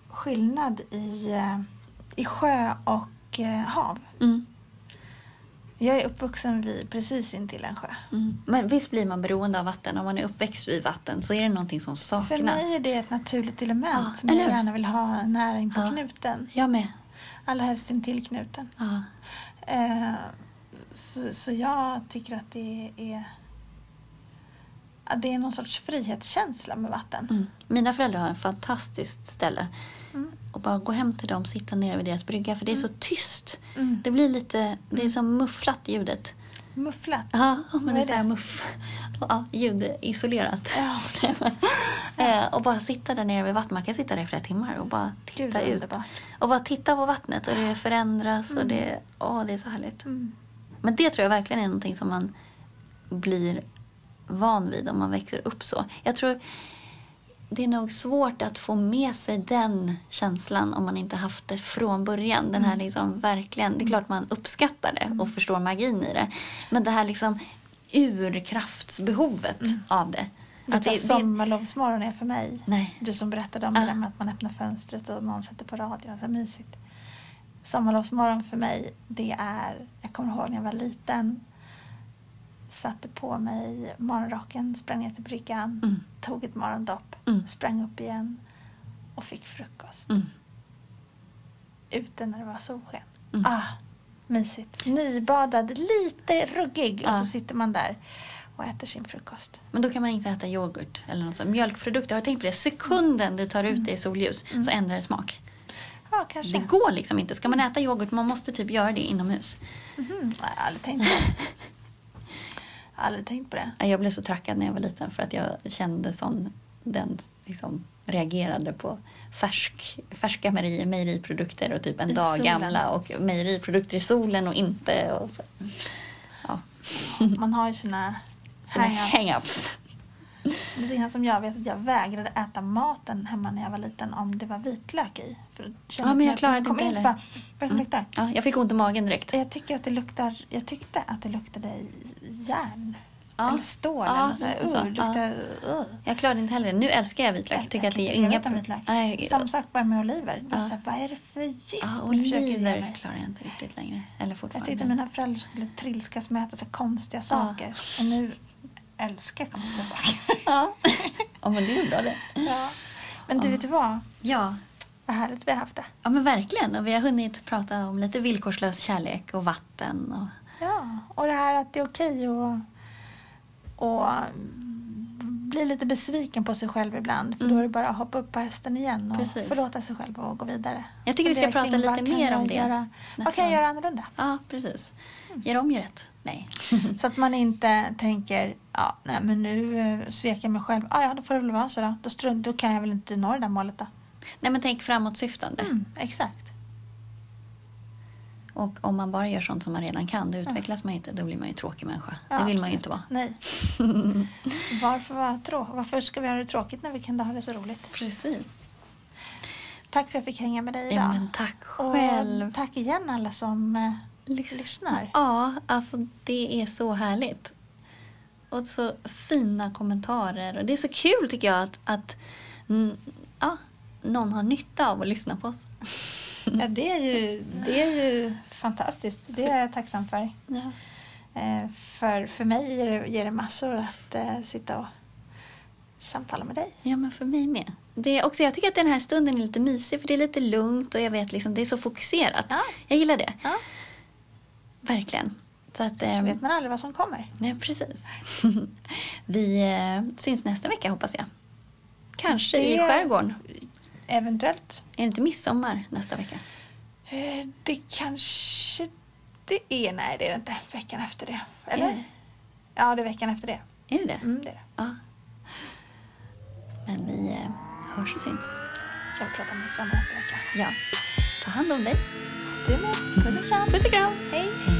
skillnad i, eh, i sjö och eh, hav. Mm. Jag är uppvuxen vid precis intill en sjö. Mm. Men visst blir man beroende av vatten. Om man är uppväxt vid vatten så är det någonting som saknas. För mig är det ett naturligt element Ja, som jag eller? gärna vill ha nära in på Ja. knuten. Jag med. Allra helst intill knuten. Ja. Eh, så, så jag tycker att det är, att det är någon sorts frihetskänsla med vatten. Mm. Mina föräldrar har en fantastiskt ställe. Mm. Och bara gå hem till dem, sitta nere vid deras brygga. För det är så tyst. Mm. Det blir lite, det är som mufflat ljudet. Mufflat. Ja, men Vad det är är så här det? muff. Ja, ljudisolerat. Ja, Eh, och bara sitta där nere vid vattnet. Man kan sitta där i flera timmar och bara gud titta vad ut. underbart. Och bara titta på vattnet och det förändras och Mm. det, åh, det är så härligt. Mm. Men det tror jag verkligen är någonting som man blir van vid om man växer upp så. Jag tror det är nog svårt att få med sig den känslan om man inte haft det från början. Den här liksom verkligen, det är klart man uppskattar det och förstår magin i det. Men det här liksom urkraftsbehovet av det. Vet Att du vad det, det, sommarlovsmorgon är för mig? nej. Du som berättade om Ja. det där med att man öppnar fönstret och någon sätter på radion. Så mysigt. Sommarlovsmorgon för mig, det är... Jag kommer ihåg när jag var liten. Satte på mig morgonrocken, sprang ner till bryggan. Mm. Tog ett morgondopp. Mm. Sprang upp igen. Och fick frukost. Mm. Ute när det var solsken. Mm. Ah, mysigt. Nybadad, lite ruggig. Och Ja. så sitter man där och äter sin frukost. Men då kan man inte äta yoghurt eller något sånt. Mjölkprodukter, har jag tänkt på det? Sekunden du tar ut det i solljus så ändrar det smak. Ja, kanske. Det går liksom inte. Ska man äta yoghurt, man måste typ göra det inomhus. Mhm, jag har aldrig tänkt på det. Jag har aldrig tänkt på det. Jag blev så trackad när jag var liten för att jag kände sån, den liksom reagerade på färsk, färska mejeri, mejeriprodukter och typ en I dag solen. gamla och mejeriprodukter i solen och inte. Och så. Ja, Man har ju sina sina hang-ups. hang-ups. Lite grann som jag vet att jag vägrade äta maten hemma när jag var liten om det var vitlök i. För då kände Ja, men jag när klarade kom inte in så heller. Bara, vad är det som luktar? Ja, jag fick ont i magen direkt. Jag tycker att det luktar, jag tyckte att det luktade järn. Ja. Eller stål. Ja, eller så här, lite så. uh, luktar, uh. Jag klarade inte heller det. Nu älskar jag vitlök. Jag tycker att det är Jag inga vet om vitlök. Nej, Samma sak bara med oliver. Bara Ja. så här, vad är det för gift ja, ni försöker ge oliver mig? klarar jag inte riktigt längre. Eller Jag fortfarande. tyckte mina föräldrar skulle trilskas med att äta så konstiga saker. Och nu älskar jag konstiga saker. Ja. Ja, men det är bra det. Ja. Men du, Ja. vet du vad? Ja. Vad härligt vi har haft det. Ja, men verkligen. Och vi har hunnit prata om lite villkorslös kärlek och vatten. Och... Ja, och det här att det är okej att och bli lite besviken på sig själv ibland. För Mm. då är det bara att hoppa upp på hästen igen och Precis. förlåta sig själv och gå vidare. Jag tycker vi ska Fundera prata kring lite vad kan mer jag om det. Göra, vad kan jag göra annorlunda? Ja, precis. Gör om, gör rätt. Nej. Så att man inte tänker, ja, nej, men nu eh, svek jag mig själv. Ah, ja, då får det väl vara så då. Då, strunt, då kan jag väl inte nå det där målet då. Nej, men tänk framåtsyftande. Mm, exakt. Och om man bara gör sånt som man redan kan, då utvecklas man ju inte. Då blir man ju tråkig människa. Ja, det vill man ju absolut. inte vara. Nej. Varför, vara trå- Varför ska vi ha det tråkigt när vi kan ha det så roligt? Precis. Tack för att jag fick hänga med dig idag. Ja, men tack själv. Och tack igen alla som eh, Lyssna. lyssnar. Ja, alltså det är så härligt. Och så fina kommentarer. Och det är så kul tycker jag att, att mm, ja, någon har nytta av att lyssna på oss. Ja, det är ju, det är ju fantastiskt. Det är jag tacksam för. Ja. Eh, för, för mig ger det, ger det massor att eh, sitta och samtala med dig. Ja, men för mig med. Det är också, jag tycker att den här stunden är lite mysig för det är lite lugnt och jag vet liksom, det är så fokuserat. Ja. Jag gillar det. Ja. Verkligen. Så att, Så ehm, vet man aldrig vad som kommer. nej, precis. Vi eh, syns nästa vecka hoppas jag. Kanske i Det- skärgården. Eventuellt. Är det inte midsommar nästa vecka? Eh, det kanske det är. Nej, det är det inte. Veckan efter det. Eller? Är det? Ja, det är veckan efter det. Är det det? Mm, det är det. Ja. Men vi eh, hörs och syns. Kan vi prata med sommar nästa vecka. Ja. Ta hand om dig. Du med. Puss och kram. Puss och kram. Hej.